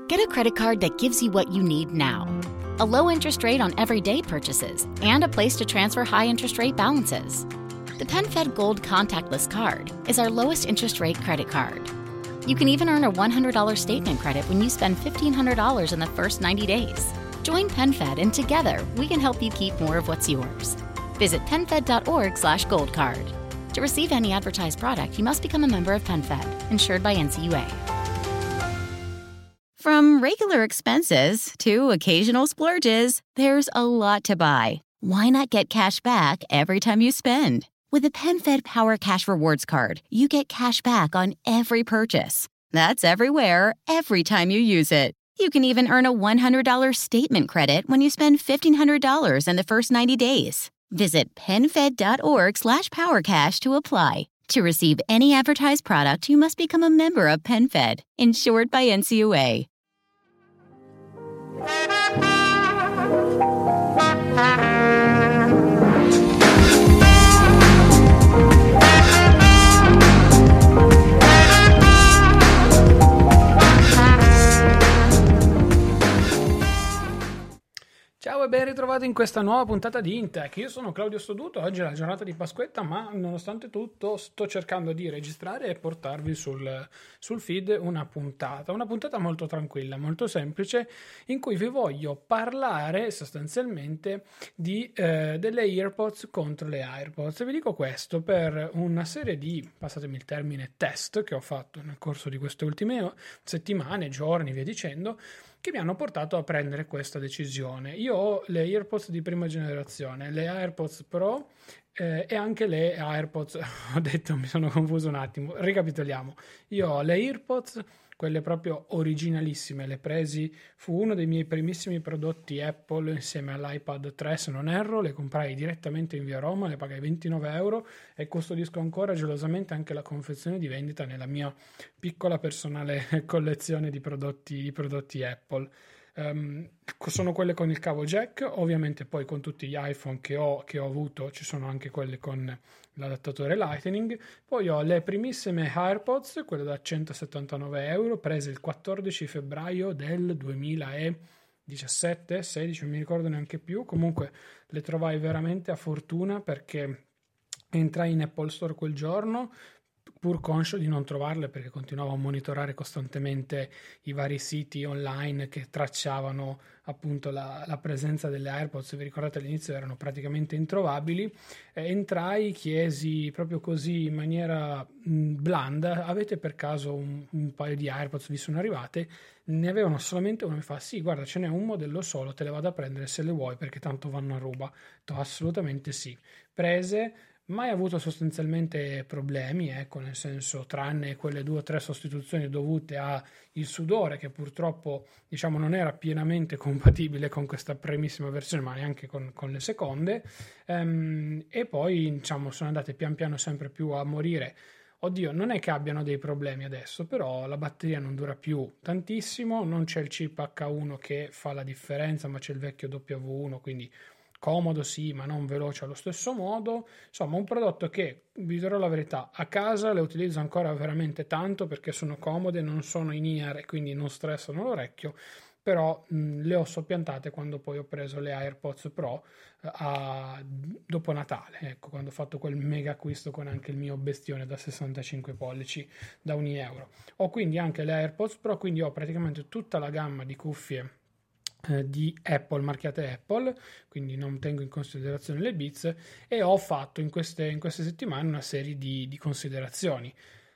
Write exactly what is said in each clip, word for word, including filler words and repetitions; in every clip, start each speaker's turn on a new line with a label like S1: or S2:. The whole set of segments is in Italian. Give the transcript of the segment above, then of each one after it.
S1: Get a credit card that gives you what you need now. A low interest rate on everyday purchases and a place to transfer high interest rate balances. The PenFed Gold Contactless Card is our lowest interest rate credit card. You can even earn a one hundred dollars statement credit when you spend fifteen hundred dollars in the first ninety days. Join PenFed and together we can help you keep more of what's yours. Visit PenFed.org slash gold card. To receive any advertised product, you must become a member of PenFed, insured by N C U A. From regular expenses to occasional splurges, there's a lot to buy. Why not get cash back every time you spend? With the PenFed Power Cash Rewards Card, you get cash back on every purchase. That's everywhere, every time you use it. You can even earn a one hundred dollars statement credit when you spend fifteen hundred dollars in the first ninety days. Visit PenFed.org slash PowerCash to apply. To receive any advertised product, you must become a member of PenFed, insured by N C U A.
S2: Ciao e ben ritrovati in questa nuova puntata di Intech. Io sono Claudio Stoduto, oggi è la giornata di Pasquetta, ma nonostante tutto sto cercando di registrare e portarvi sul, sul feed una puntata, una puntata molto tranquilla, molto semplice, in cui vi voglio parlare sostanzialmente di, eh, delle AirPods contro le AirPods. Vi dico questo per una serie di, passatemi il termine, test che ho fatto nel corso di queste ultime settimane, giorni, via dicendo, che mi hanno portato a prendere questa decisione. Io ho le AirPods di prima generazione, le AirPods Pro eh, e anche le AirPods, ho detto, mi sono confuso un attimo, ricapitoliamo. Io ho le AirPods, quelle proprio originalissime, le presi, fu uno dei miei primissimi prodotti Apple insieme all'iPad tre, se non erro, le comprai direttamente in via Roma, le pagai ventinove euro e custodisco ancora gelosamente anche la confezione di vendita nella mia piccola personale collezione di prodotti, di prodotti Apple. Um, sono quelle con il cavo jack, ovviamente poi con tutti gli iPhone che ho, che ho avuto ci sono anche quelle con l'adattatore Lightning. Poi ho le primissime AirPods, quelle da centosettantanove euro, prese il quattordici febbraio del duemiladiciassette sedici, non mi ricordo neanche più, comunque le trovai veramente a fortuna perché entrai in Apple Store quel giorno pur conscio di non trovarle perché continuavo a monitorare costantemente i vari siti online che tracciavano appunto la, la presenza delle AirPods. Vi ricordate, all'inizio erano praticamente introvabili. Eh, entrai, chiesi proprio così in maniera mh, blanda: avete per caso un, un paio di AirPods? Vi sono arrivate? Ne avevano solamente uno. Mi fa: sì, guarda, ce n'è un modello solo, te le vado a prendere se le vuoi perché tanto vanno a ruba. Ho assolutamente sì. Prese. Mai avuto sostanzialmente problemi, ecco, nel senso, tranne quelle due o tre sostituzioni dovute al sudore, che purtroppo, diciamo, non era pienamente compatibile con questa primissima versione, ma neanche con, con le seconde, ehm, e poi, diciamo, sono andate pian piano sempre più a morire. Oddio, non è che abbiano dei problemi adesso, però la batteria non dura più tantissimo, non c'è il chip acca uno che fa la differenza, ma c'è il vecchio W uno, quindi comodo sì, ma non veloce allo stesso modo. Insomma, un prodotto che, vi dirò la verità, a casa le utilizzo ancora veramente tanto perché sono comode, non sono in ear e quindi non stressano l'orecchio, però mh, le ho soppiantate quando poi ho preso le AirPods Pro eh, a, dopo Natale, ecco, quando ho fatto quel mega acquisto con anche il mio bestione da sessantacinque pollici da un euro. Ho quindi anche le AirPods Pro, quindi ho praticamente tutta la gamma di cuffie di Apple, marchiate Apple, quindi non tengo in considerazione le Beats, e ho fatto in queste, in queste settimane una serie di, di considerazioni.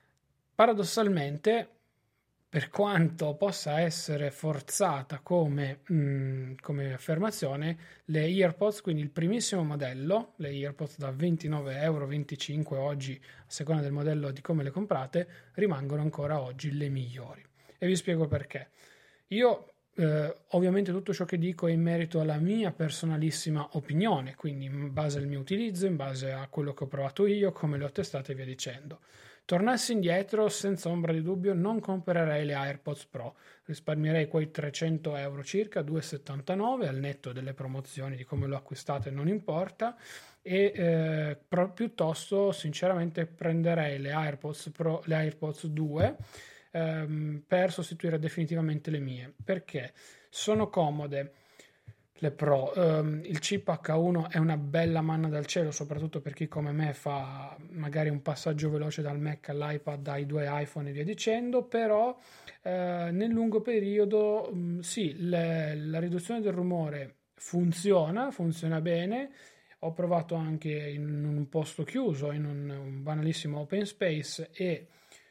S2: Paradossalmente, per quanto possa essere forzata come, mh, come affermazione, le AirPods, quindi il primissimo modello, le AirPods da ventinove euro, venticinque oggi, a seconda del modello di come le comprate, rimangono ancora oggi le migliori. E vi spiego perché. Io Uh, ovviamente tutto ciò che dico è in merito alla mia personalissima opinione, quindi in base al mio utilizzo, in base a quello che ho provato io, come le ho testate e via dicendo. Tornassi indietro, senza ombra di dubbio, non comprerei le AirPods Pro, risparmierei quei trecento euro circa, due virgola settantanove al netto delle promozioni, di come l'ho acquistate non importa, e eh, pro- piuttosto sinceramente prenderei le AirPods Pro, le AirPods due, ehm, per sostituire definitivamente le mie, perché sono comode. Le Pro, ehm, il chip acca uno è una bella manna dal cielo, soprattutto per chi come me fa magari un passaggio veloce dal Mac all'iPad, ai due iPhone e via dicendo, però eh, nel lungo periodo mh, sì, le- la riduzione del rumore funziona, funziona bene. Ho provato anche in un posto chiuso, in un, un banalissimo open space, e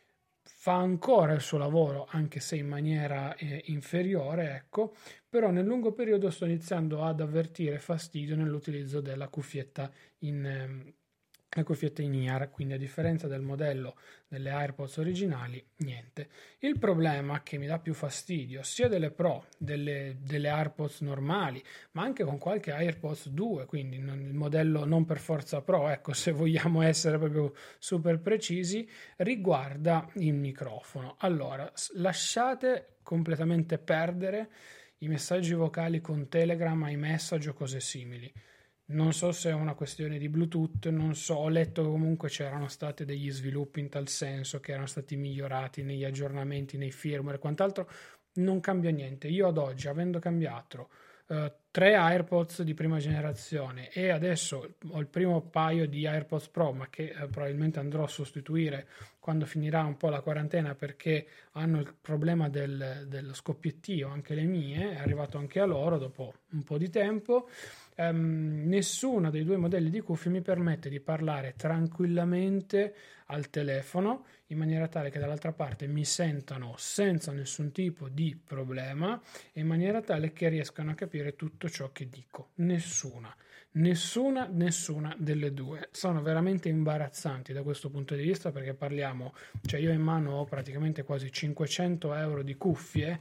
S2: fa ancora il suo lavoro, anche se in maniera eh, inferiore, ecco, però nel lungo periodo sto iniziando ad avvertire fastidio nell'utilizzo della cuffietta in, ehm, la cuffietta in I R, quindi a differenza del modello delle AirPods originali, niente. Il problema che mi dà più fastidio, sia delle Pro, delle, delle AirPods normali, ma anche con qualche AirPods due, quindi non, il modello non per forza Pro, ecco, se vogliamo essere proprio super precisi, riguarda il microfono. Allora, lasciate completamente perdere i messaggi vocali con Telegram, iMessage o cose simili. Non so se è una questione di Bluetooth, non so, ho letto che comunque c'erano stati degli sviluppi in tal senso, che erano stati migliorati negli aggiornamenti, nei firmware e quant'altro. Non cambia niente. Io ad oggi, avendo cambiato eh, tre AirPods di prima generazione e adesso ho il primo paio di AirPods Pro, ma che eh, probabilmente andrò a sostituire quando finirà un po' la quarantena, perché hanno il problema del, dello scoppiettio, anche le mie, è arrivato anche a loro dopo un po' di tempo. Um, nessuno dei due modelli di cuffie mi permette di parlare tranquillamente al telefono in maniera tale che dall'altra parte mi sentano senza nessun tipo di problema e in maniera tale che riescano a capire tutto ciò che dico. Nessuna, nessuna, nessuna delle due. Sono veramente imbarazzanti da questo punto di vista, perché parliamo, cioè io in mano ho praticamente quasi cinquecento euro di cuffie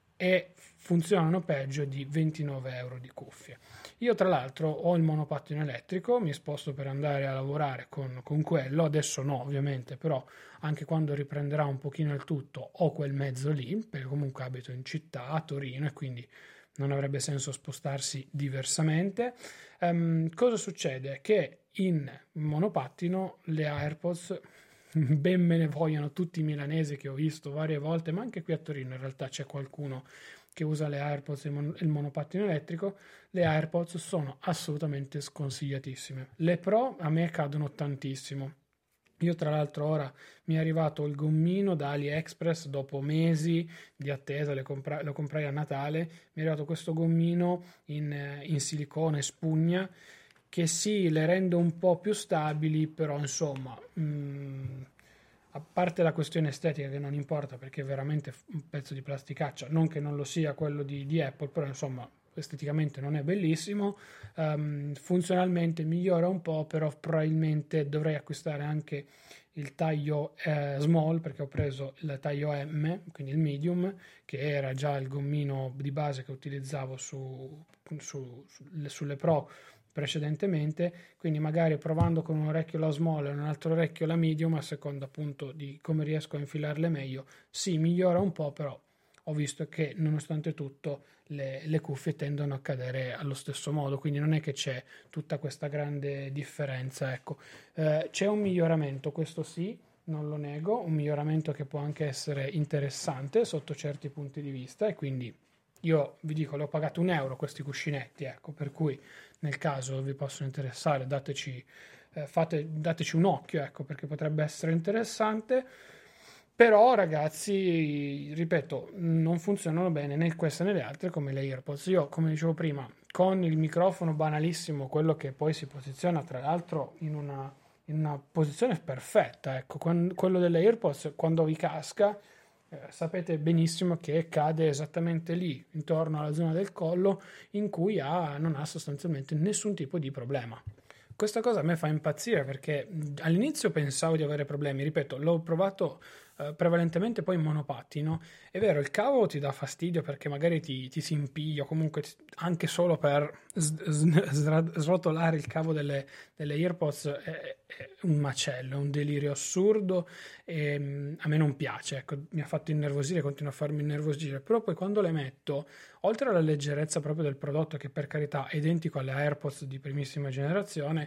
S2: e funzionano peggio di ventinove euro di cuffie. Io tra l'altro ho il monopattino elettrico, mi sposto per andare a lavorare con, con quello, adesso no ovviamente, però anche quando riprenderà un pochino il tutto ho quel mezzo lì, perché comunque abito in città, a Torino, e quindi non avrebbe senso spostarsi diversamente. Um, cosa succede? Che in monopattino le AirPods, ben me ne vogliono tutti i milanesi che ho visto varie volte, ma anche qui a Torino in realtà c'è qualcuno che usa le AirPods e il monopattino elettrico, le AirPods sono assolutamente sconsigliatissime. Le Pro a me cadono tantissimo. Io tra l'altro ora mi è arrivato il gommino da AliExpress dopo mesi di attesa, le compra- lo comprai a Natale, mi è arrivato questo gommino in, in silicone spugna, che sì, le rende un po' più stabili, però insomma, mh, a parte la questione estetica che non importa perché è veramente un pezzo di plasticaccia, non che non lo sia quello di, di Apple, però insomma esteticamente non è bellissimo, um, funzionalmente migliora un po', però probabilmente dovrei acquistare anche il taglio eh, small, perché ho preso il taglio M, quindi il medium, che era già il gommino di base che utilizzavo su, su, su, sulle Pro precedentemente, quindi magari provando con un orecchio la small e un altro orecchio la medium, a seconda appunto di come riesco a infilarle meglio, sì, migliora un po', però ho visto che nonostante tutto le, le cuffie tendono a cadere allo stesso modo, quindi non è che c'è tutta questa grande differenza, ecco. Eh, c'è un miglioramento, questo sì, non lo nego, un miglioramento che può anche essere interessante sotto certi punti di vista, e quindi io vi dico, le ho pagato un euro questi cuscinetti, ecco, per cui nel caso vi possono interessare, dateci, eh, fate, dateci un occhio, ecco, perché potrebbe essere interessante. Però ragazzi, ripeto, non funzionano bene né queste né le altre come le AirPods. Io, come dicevo prima, con il microfono banalissimo, quello che poi si posiziona tra l'altro in una, in una posizione perfetta, ecco, con, quello delle AirPods quando vi casca, eh, sapete benissimo che cade esattamente lì, intorno alla zona del collo, in cui ha, non ha sostanzialmente nessun tipo di problema. Questa cosa a me fa impazzire, perché all'inizio pensavo di avere problemi, ripeto, l'ho provato eh, prevalentemente poi in monopattino. È vero, il cavo ti dà fastidio perché magari ti, ti si impiglia, comunque anche solo per s- s- srotolare il cavo delle, delle AirPods è, è un macello, è un delirio assurdo, e mh, a me non piace, ecco, mi ha fatto innervosire, continua a farmi innervosire, però poi quando le metto, oltre alla leggerezza proprio del prodotto, che per carità è identico alle AirPods di primissima generazione,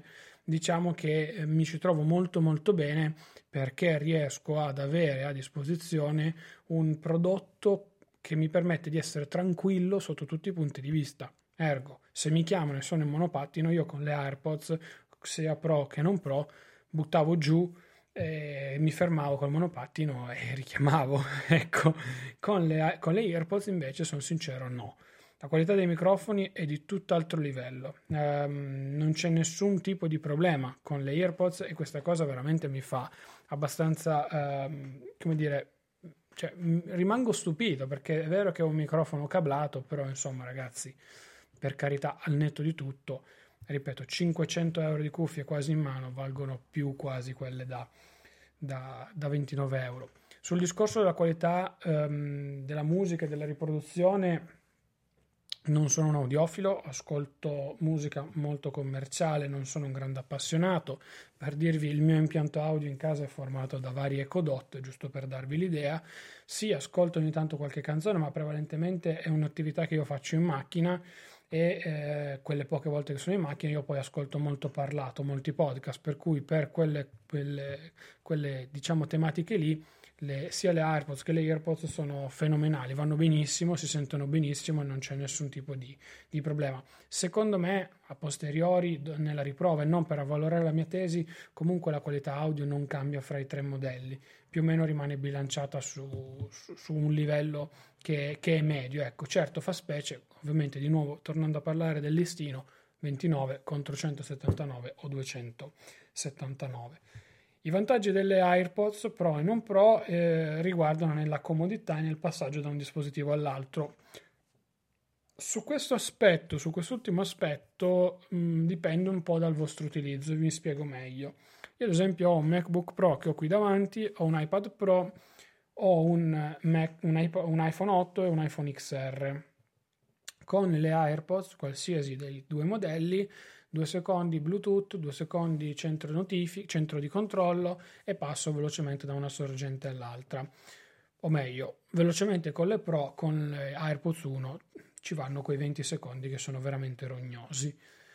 S2: diciamo che eh, mi ci trovo molto molto bene perché riesco ad avere a disposizione un prodotto che mi permette di essere tranquillo sotto tutti i punti di vista. Ergo, se mi chiamano e sono in monopattino, io con le AirPods, sia Pro che non Pro, buttavo giù, e mi fermavo col monopattino e richiamavo. Ecco, con le, con le AirPods invece, sono sincero, no. La qualità dei microfoni è di tutt'altro livello, um, non c'è nessun tipo di problema con le AirPods e questa cosa veramente mi fa abbastanza, um, come dire, cioè, rimango stupito perché è vero che è un microfono cablato, però insomma ragazzi, per carità, al netto di tutto, ripeto, cinquecento euro di cuffie quasi in mano valgono più quasi quelle da, da, da ventinove euro. Sul discorso della qualità um, della musica e della riproduzione, non sono un audiofilo, ascolto musica molto commerciale, non sono un grande appassionato. Per dirvi, il mio impianto audio in casa è formato da vari Echo Dot, giusto per darvi l'idea. Sì, ascolto ogni tanto qualche canzone, ma prevalentemente è un'attività che io faccio in macchina e eh, quelle poche volte che sono in macchina io poi ascolto molto parlato, molti podcast, per cui per quelle, quelle, quelle diciamo tematiche lì, Le, sia le AirPods che le AirPods sono fenomenali, vanno benissimo, si sentono benissimo e non c'è nessun tipo di, di problema. Secondo me, a posteriori, nella riprova e non per avvalorare la mia tesi, comunque la qualità audio non cambia fra i tre modelli, più o meno rimane bilanciata su, su, su un livello che, che è medio. Ecco, certo fa specie, ovviamente di nuovo tornando a parlare del listino, ventinove contro centosettantanove o duecentosettantanove. I vantaggi delle AirPods Pro e non Pro eh, riguardano nella comodità e nel passaggio da un dispositivo all'altro. Su questo aspetto, su quest'ultimo aspetto, mh, dipende un po' dal vostro utilizzo, vi spiego meglio. Io ad esempio ho un MacBook Pro che ho qui davanti, ho un iPad Pro, ho un, Mac, un, iPod, un iPhone otto e un iPhone X R. Con le AirPods, qualsiasi dei due modelli, due secondi Bluetooth, due secondi centro notifiche, centro di controllo e passo velocemente da una sorgente all'altra. O meglio, velocemente con le Pro, con le AirPods uno ci vanno quei venti secondi che sono veramente rognosi.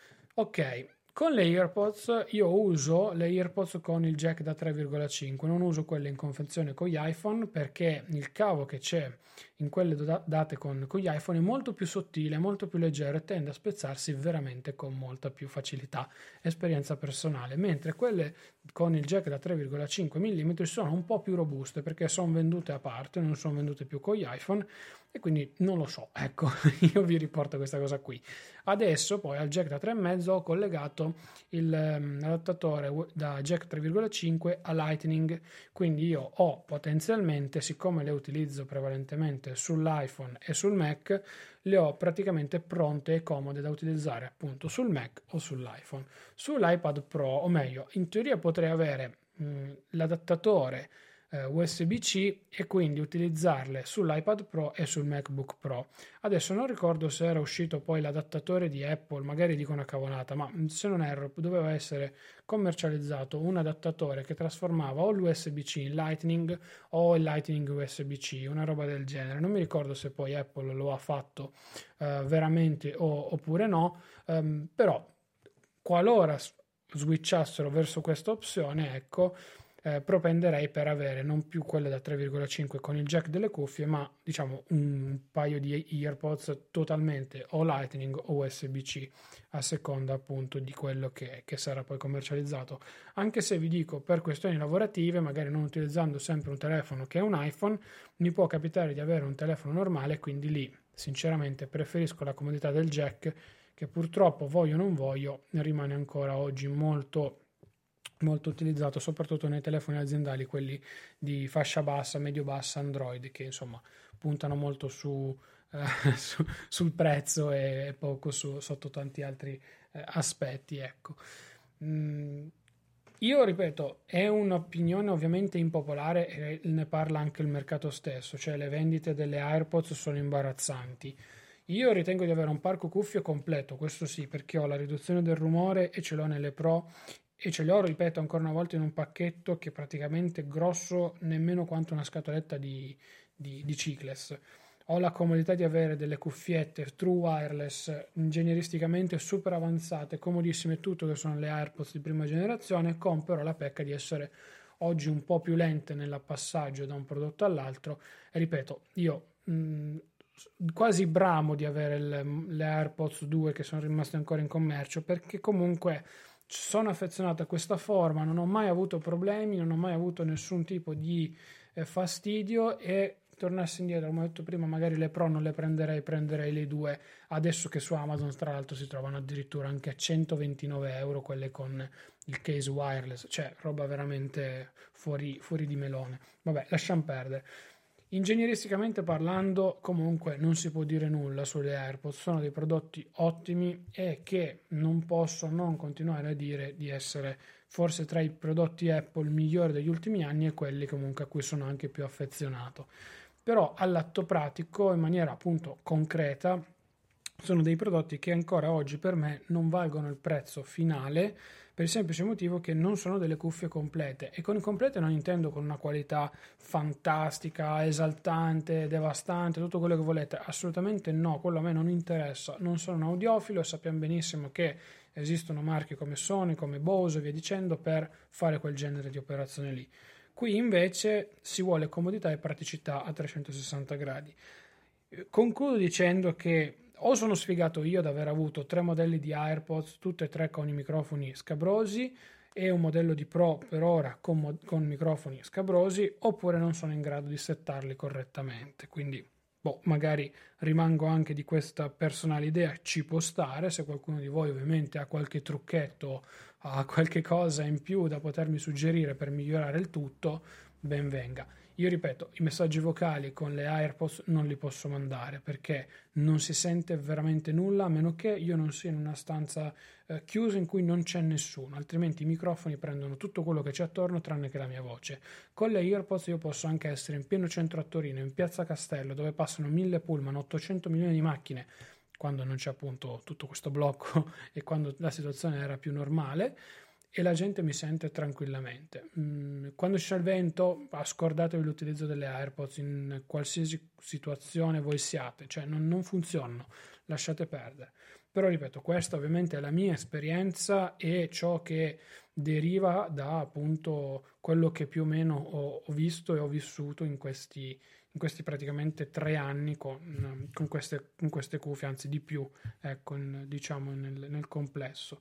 S2: Ok, con le AirPods io uso le AirPods con il jack da tre virgola cinque, non uso quelle in confezione con gli iPhone perché il cavo che c'è in quelle date con, con gli iPhone è molto più sottile, molto più leggero e tende a spezzarsi veramente con molta più facilità, esperienza personale, mentre quelle con il jack da tre virgola cinque millimetri sono un po' più robuste perché sono vendute a parte, non sono vendute più con gli iPhone e quindi non lo so, ecco, io vi riporto questa cosa qui. Adesso poi al jack da tre virgola cinque ho collegato il, um, l'adattatore da jack tre virgola cinque a Lightning, quindi io ho potenzialmente, siccome le utilizzo prevalentemente sull'iPhone e sul Mac, le ho praticamente pronte e comode da utilizzare appunto sul Mac o sull'iPhone. Sull'iPad Pro, o meglio, in teoria potrei avere mh, l'adattatore U S B C e quindi utilizzarle sull'iPad Pro e sul MacBook Pro. Adesso non ricordo se era uscito poi l'adattatore di Apple, magari dico una cavolata, ma se non erro doveva essere commercializzato un adattatore che trasformava o l'U S B C in Lightning o il Lightning U S B C, una roba del genere. Non mi ricordo se poi Apple lo ha fatto uh, veramente o, oppure no, um, però qualora switchassero verso questa opzione, ecco, Eh, propenderei per avere non più quelle da tre virgola cinque con il jack delle cuffie, ma diciamo un paio di AirPods totalmente o Lightning o U S B C a seconda appunto di quello che, che sarà poi commercializzato. Anche se vi dico, per questioni lavorative, magari non utilizzando sempre un telefono che è un iPhone, mi può capitare di avere un telefono normale, quindi lì sinceramente preferisco la comodità del jack, che purtroppo voglio o non voglio rimane ancora oggi molto molto utilizzato soprattutto nei telefoni aziendali, quelli di fascia bassa, medio-bassa, Android, che insomma puntano molto su, eh, su, sul prezzo e poco su, sotto tanti altri eh, aspetti, ecco. Mm, io ripeto, è un'opinione ovviamente impopolare e ne parla anche il mercato stesso, cioè le vendite delle AirPods sono imbarazzanti. Io ritengo di avere un parco cuffie completo, questo sì, perché ho la riduzione del rumore e ce l'ho nelle Pro e ce li ho, ripeto ancora una volta, in un pacchetto che è praticamente grosso nemmeno quanto una scatoletta di, di, di Chicless. ho la comodità di avere delle cuffiette true wireless ingegneristicamente super avanzate, comodissime, tutto, che sono le AirPods di prima generazione, con però la pecca di essere oggi un po' più lente nel passaggio da un prodotto all'altro. E ripeto, io mh, quasi bramo di avere le, le AirPods due che sono rimaste ancora in commercio, perché comunque sono affezionato a questa forma, non ho mai avuto problemi, non ho mai avuto nessun tipo di eh, fastidio, e tornassi indietro, come ho detto prima, magari le Pro non le prenderei, prenderei le due, adesso che su Amazon tra l'altro si trovano addirittura anche a centoventinove euro quelle con il case wireless, cioè roba veramente fuori, fuori di melone. Vabbè, lasciamo perdere. Ingegneristicamente parlando, comunque non si può dire nulla sulle AirPods, sono dei prodotti ottimi e che non posso non continuare a dire di essere forse tra i prodotti Apple migliori degli ultimi anni, e quelli comunque a cui sono anche più affezionato. Però all'atto pratico, in maniera appunto concreta, sono dei prodotti che ancora oggi per me non valgono il prezzo finale, per il semplice motivo che non sono delle cuffie complete, e con complete non intendo con una qualità fantastica, esaltante, devastante, tutto quello che volete, assolutamente no, quello a me non interessa, non sono un audiofilo e sappiamo benissimo che esistono marche come Sony, come Bose e via dicendo per fare quel genere di operazione lì. Qui invece si vuole comodità e praticità a trecentosessanta gradi. Concludo dicendo che o sono sfigato io ad aver avuto tre modelli di AirPods, tutte e tre con i microfoni scabrosi, e un modello di Pro per ora con, mo- con microfoni scabrosi, oppure non sono in grado di settarli correttamente. Quindi, boh, magari rimango anche di questa personale idea, ci può stare. Se qualcuno di voi ovviamente ha qualche trucchetto, ha qualche cosa in più da potermi suggerire per migliorare il tutto, ben venga. Io ripeto, i messaggi vocali con le AirPods non li posso mandare perché non si sente veramente nulla, a meno che io non sia in una stanza eh, chiusa in cui non c'è nessuno, altrimenti i microfoni prendono tutto quello che c'è attorno tranne che la mia voce. Con le AirPods io posso anche essere in pieno centro a Torino, in piazza Castello, dove passano mille pullman, ottocento milioni di macchine, quando non c'è appunto tutto questo blocco e quando la situazione era più normale, e la gente mi sente tranquillamente. Quando c'è il vento, scordatevi l'utilizzo delle AirPods in qualsiasi situazione voi siate, cioè non, non funzionano, lasciate perdere. Però ripeto, questa ovviamente è la mia esperienza e ciò che deriva da appunto quello che più o meno ho, ho visto e ho vissuto in questi, in questi praticamente tre anni con, con, queste, con queste cuffie, anzi di più, ecco, in, diciamo nel, nel complesso.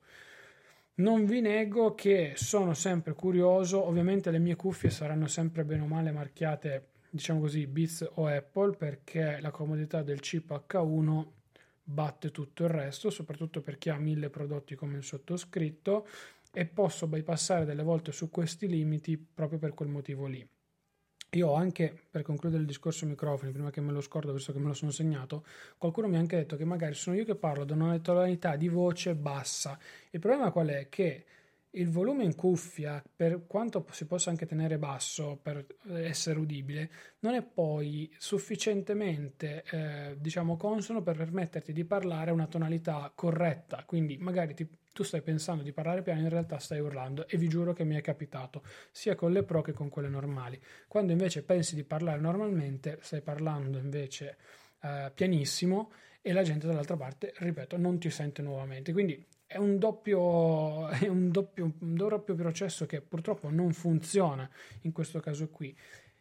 S2: Non vi nego che sono sempre curioso, ovviamente le mie cuffie saranno sempre bene o male marchiate, diciamo così, Beats o Apple, perché la comodità del chip acca uno batte tutto il resto, soprattutto per chi ha mille prodotti come il sottoscritto, e posso bypassare delle volte su questi limiti proprio per quel motivo lì. Io ho anche, per concludere il discorso microfoni, prima che me lo scordo, visto che me lo sono segnato, qualcuno mi ha anche detto che magari sono io che parlo da una tonalità di voce bassa. Il problema qual è? Che il volume in cuffia, per quanto si possa anche tenere basso per essere udibile, non è poi sufficientemente, eh, diciamo, consono per permetterti di parlare a una tonalità corretta. Quindi magari ti, tu stai pensando di parlare piano, in realtà stai urlando, e vi giuro che mi è capitato, sia con le Pro che con quelle normali. Quando invece pensi di parlare normalmente, stai parlando invece eh, pianissimo, e la gente dall'altra parte, ripeto, non ti sente nuovamente. Quindi è un doppio, è un doppio, un doppio processo che purtroppo non funziona in questo caso qui.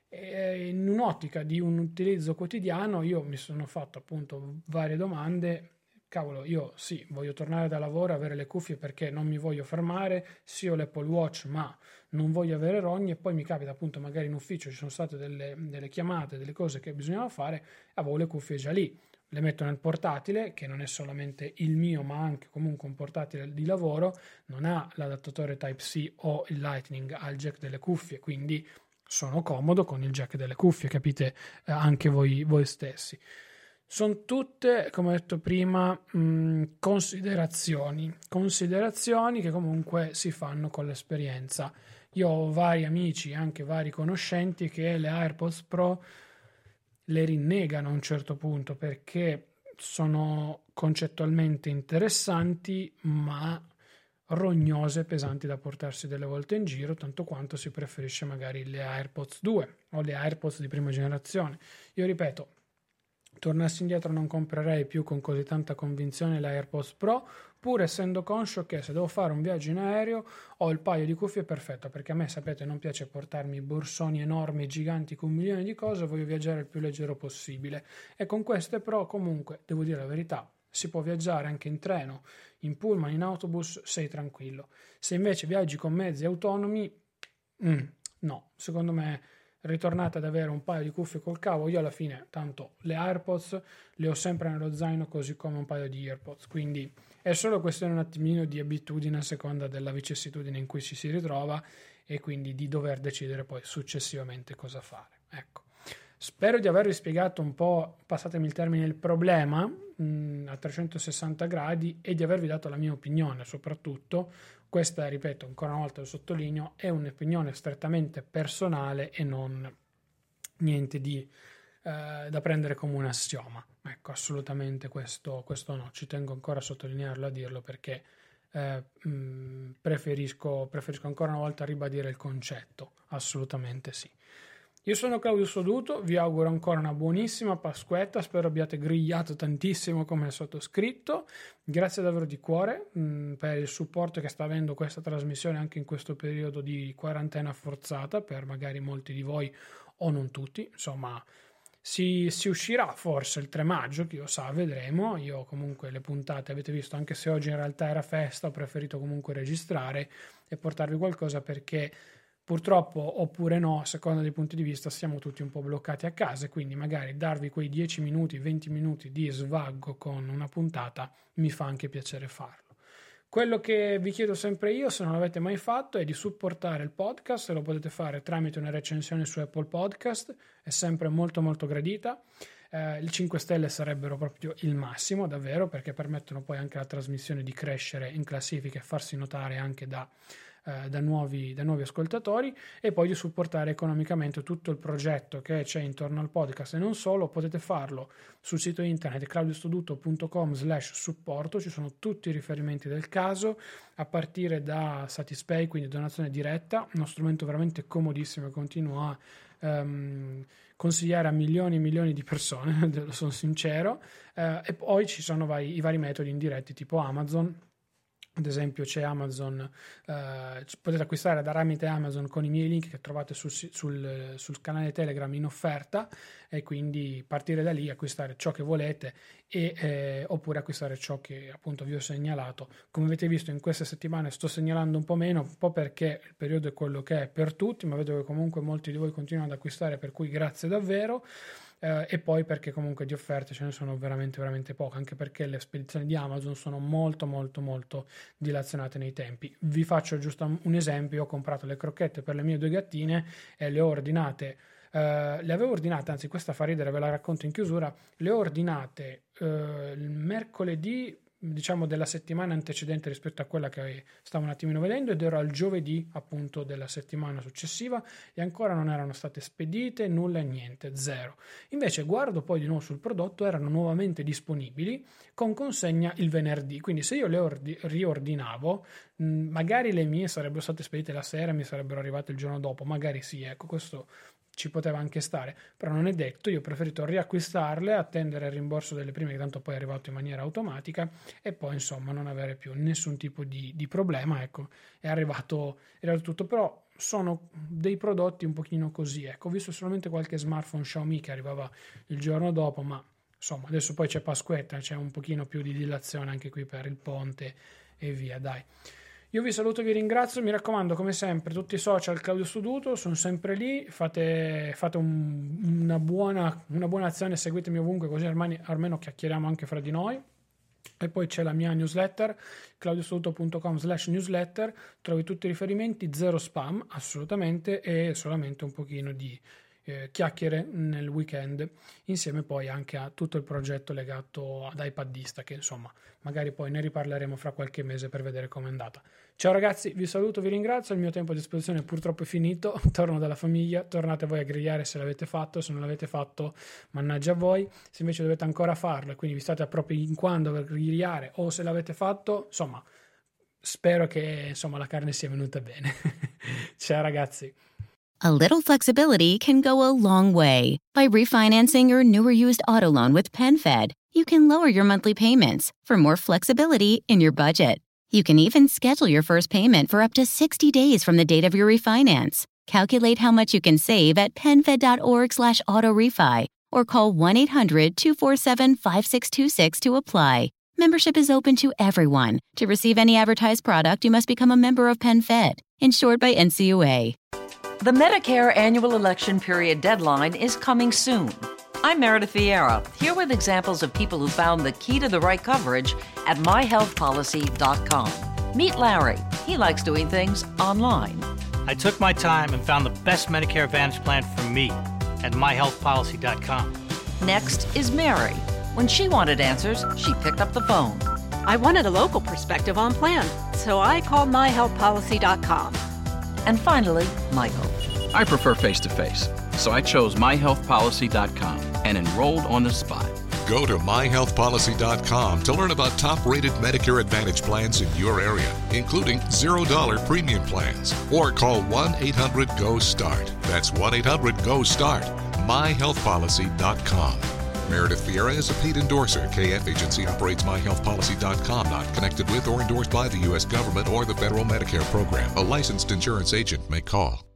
S2: E in un'ottica di un utilizzo quotidiano io mi sono fatto appunto varie domande. Cavolo, io sì, voglio tornare da lavoro, avere le cuffie perché non mi voglio fermare, sì ho l'Apple Watch ma non voglio avere rogne, e poi mi capita appunto magari in ufficio ci sono state delle, delle chiamate, delle cose che bisognava fare, avevo le cuffie già lì. Le metto nel portatile, che non è solamente il mio, ma anche comunque un portatile di lavoro, non ha l'adattatore Type-C o il Lightning, ha il jack delle cuffie, quindi sono comodo con il jack delle cuffie, capite eh, anche voi, voi stessi. Sono tutte, come ho detto prima, mh, considerazioni, considerazioni che comunque si fanno con l'esperienza. Io ho vari amici, anche vari conoscenti, che le AirPods Pro le rinnegano a un certo punto perché sono concettualmente interessanti ma rognose e pesanti da portarsi delle volte in giro, tanto quanto si preferisce magari le AirPods due o le AirPods di prima generazione. Io ripeto, tornassi indietro non comprerei più con così tanta convinzione l'AirPods Pro, pur essendo conscio che se devo fare un viaggio in aereo ho il paio di cuffie perfetto, perché a me, sapete, non piace portarmi borsoni enormi, giganti con milioni di cose, voglio viaggiare il più leggero possibile. E con queste Pro comunque, devo dire la verità, si può viaggiare anche in treno, in pullman, in autobus, sei tranquillo. Se invece viaggi con mezzi autonomi, mm, no, secondo me ritornate ad avere un paio di cuffie col cavo. Io alla fine tanto le AirPods le ho sempre nello zaino, così come un paio di AirPods, quindi è solo questione un attimino di abitudine a seconda della vicissitudine in cui ci si ritrova e quindi di dover decidere poi successivamente cosa fare. Ecco, spero di avervi spiegato un po', passatemi il termine, il problema mh, a trecentosessanta gradi e di avervi dato la mia opinione. Soprattutto questa, ripeto ancora una volta, lo sottolineo, è un'opinione strettamente personale e non niente di eh, da prendere come un assioma. Ecco, assolutamente questo, questo no, ci tengo ancora a sottolinearlo, a dirlo, perché eh, mh, preferisco, preferisco ancora una volta ribadire il concetto, assolutamente sì. Io sono Claudio Soduto, vi auguro ancora una buonissima Pasquetta, spero abbiate grigliato tantissimo come il sottoscritto. Grazie davvero di cuore mh, per il supporto che sta avendo questa trasmissione anche in questo periodo di quarantena forzata, per magari molti di voi o non tutti. Insomma, si, si uscirà forse il tre maggio, chi lo sa, vedremo. Io comunque le puntate, avete visto, anche se oggi in realtà era festa, ho preferito comunque registrare e portarvi qualcosa, perché purtroppo, oppure no, a seconda dei punti di vista, siamo tutti un po' bloccati a casa, e quindi magari darvi quei dieci minuti, venti minuti di svago con una puntata mi fa anche piacere farlo. Quello che vi chiedo sempre io, se non l'avete mai fatto, è di supportare il podcast, e lo potete fare tramite una recensione su Apple Podcast, è sempre molto molto gradita. Eh, le cinque stelle sarebbero proprio il massimo, davvero, perché permettono poi anche alla trasmissione di crescere in classifica e farsi notare anche da Eh, da, nuovi, da nuovi ascoltatori, e poi di supportare economicamente tutto il progetto che c'è intorno al podcast. E non solo, potete farlo sul sito internet claudiostoduto punto com slash supporto, ci sono tutti i riferimenti del caso, a partire da Satispay, quindi donazione diretta, uno strumento veramente comodissimo che continuo a um, consigliare a milioni e milioni di persone, sono sincero. Uh, e poi ci sono vari, i vari metodi indiretti tipo Amazon. Ad esempio c'è Amazon, eh, potete acquistare da tramite Amazon con i miei link che trovate sul, sul, sul canale Telegram in offerta, e quindi partire da lì, acquistare ciò che volete e, eh, oppure acquistare ciò che appunto vi ho segnalato. Come avete visto, in queste settimane sto segnalando un po' meno, un po' perché il periodo è quello che è per tutti, ma vedo che comunque molti di voi continuano ad acquistare, per cui grazie davvero. Uh, e poi perché comunque di offerte ce ne sono veramente veramente poche, anche perché le spedizioni di Amazon sono molto molto molto dilazionate nei tempi. Vi faccio giusto un esempio: io ho comprato le crocchette per le mie due gattine e le ho ordinate, uh, le avevo ordinate, anzi questa fa ridere, ve la racconto in chiusura, le ho ordinate uh, il mercoledì, diciamo, della settimana antecedente rispetto a quella che stavo un attimino vedendo, ed ero al giovedì appunto della settimana successiva e ancora non erano state spedite, nulla e niente, zero. Invece guardo poi di nuovo sul prodotto, erano nuovamente disponibili con consegna il venerdì, quindi se io le ordi- riordinavo, mh, magari le mie sarebbero state spedite la sera e mi sarebbero arrivate il giorno dopo, magari sì, ecco, questo ci poteva anche stare, però non è detto. Io ho preferito riacquistarle, attendere il rimborso delle prime, che tanto poi è arrivato in maniera automatica, e poi insomma non avere più nessun tipo di, di problema. Ecco, è arrivato, è arrivato tutto. Però sono dei prodotti un pochino così, ecco, ho visto solamente qualche smartphone Xiaomi che arrivava il giorno dopo, ma insomma adesso poi c'è Pasquetta, c'è un pochino più di dilazione anche qui per il ponte e via, dai. Io vi saluto e vi ringrazio, mi raccomando, come sempre, tutti i social Claudio Soduto, sono sempre lì, fate, fate un, una, buona, una buona azione, seguitemi ovunque, così almeno, almeno chiacchieriamo anche fra di noi. E poi c'è la mia newsletter, claudiostoduto punto com slash newsletter, trovi tutti i riferimenti, zero spam, assolutamente, e solamente un pochino di eh, chiacchiere nel weekend, insieme poi anche a tutto il progetto legato ad iPadista, che insomma magari poi ne riparleremo fra qualche mese per vedere com'è andata. Ciao ragazzi, vi saluto, vi ringrazio, il mio tempo a disposizione purtroppo è finito, torno dalla famiglia, tornate voi a grigliare se l'avete fatto, se non l'avete fatto mannaggia a voi, se invece dovete ancora farlo e quindi vi state proprio in quando per grigliare, o se l'avete fatto, insomma spero che insomma la carne sia venuta bene. Ciao ragazzi.
S1: A little flexibility can go a long way. By refinancing your new or used auto loan with PenFed, you can lower your monthly payments for more flexibility in your budget. You can even schedule your first payment for up to sixty days from the date of your refinance. Calculate how much you can save at penfed.org slash auto refi or call one eight hundred two four seven five six two six to apply. Membership is open to everyone. To receive any advertised product, you must become a member of PenFed, insured by N C U A.
S3: The Medicare annual election period deadline is coming soon. I'm Meredith Vieira, here with examples of people who found the key to the right coverage at my health policy dot com. Meet Larry. He likes doing things online.
S4: I took my time and found the best Medicare Advantage plan for me at my health policy dot com.
S3: Next is Mary. When she wanted answers, she picked up the phone.
S5: I wanted a local perspective on plan, so I called my health policy dot com.
S3: And finally, Michael.
S6: I prefer face-to-face, so I chose my health policy dot com and enrolled on the spot.
S7: Go to my health policy dot com to learn about top-rated Medicare Advantage plans in your area, including zero dollar premium plans. Or call one eight hundred G O START. That's one eight hundred G O START. my health policy dot com. Meredith Vieira is a paid endorser. K F Agency operates my health policy dot com, not connected with or endorsed by the U S government or the federal Medicare program. A licensed insurance agent may call.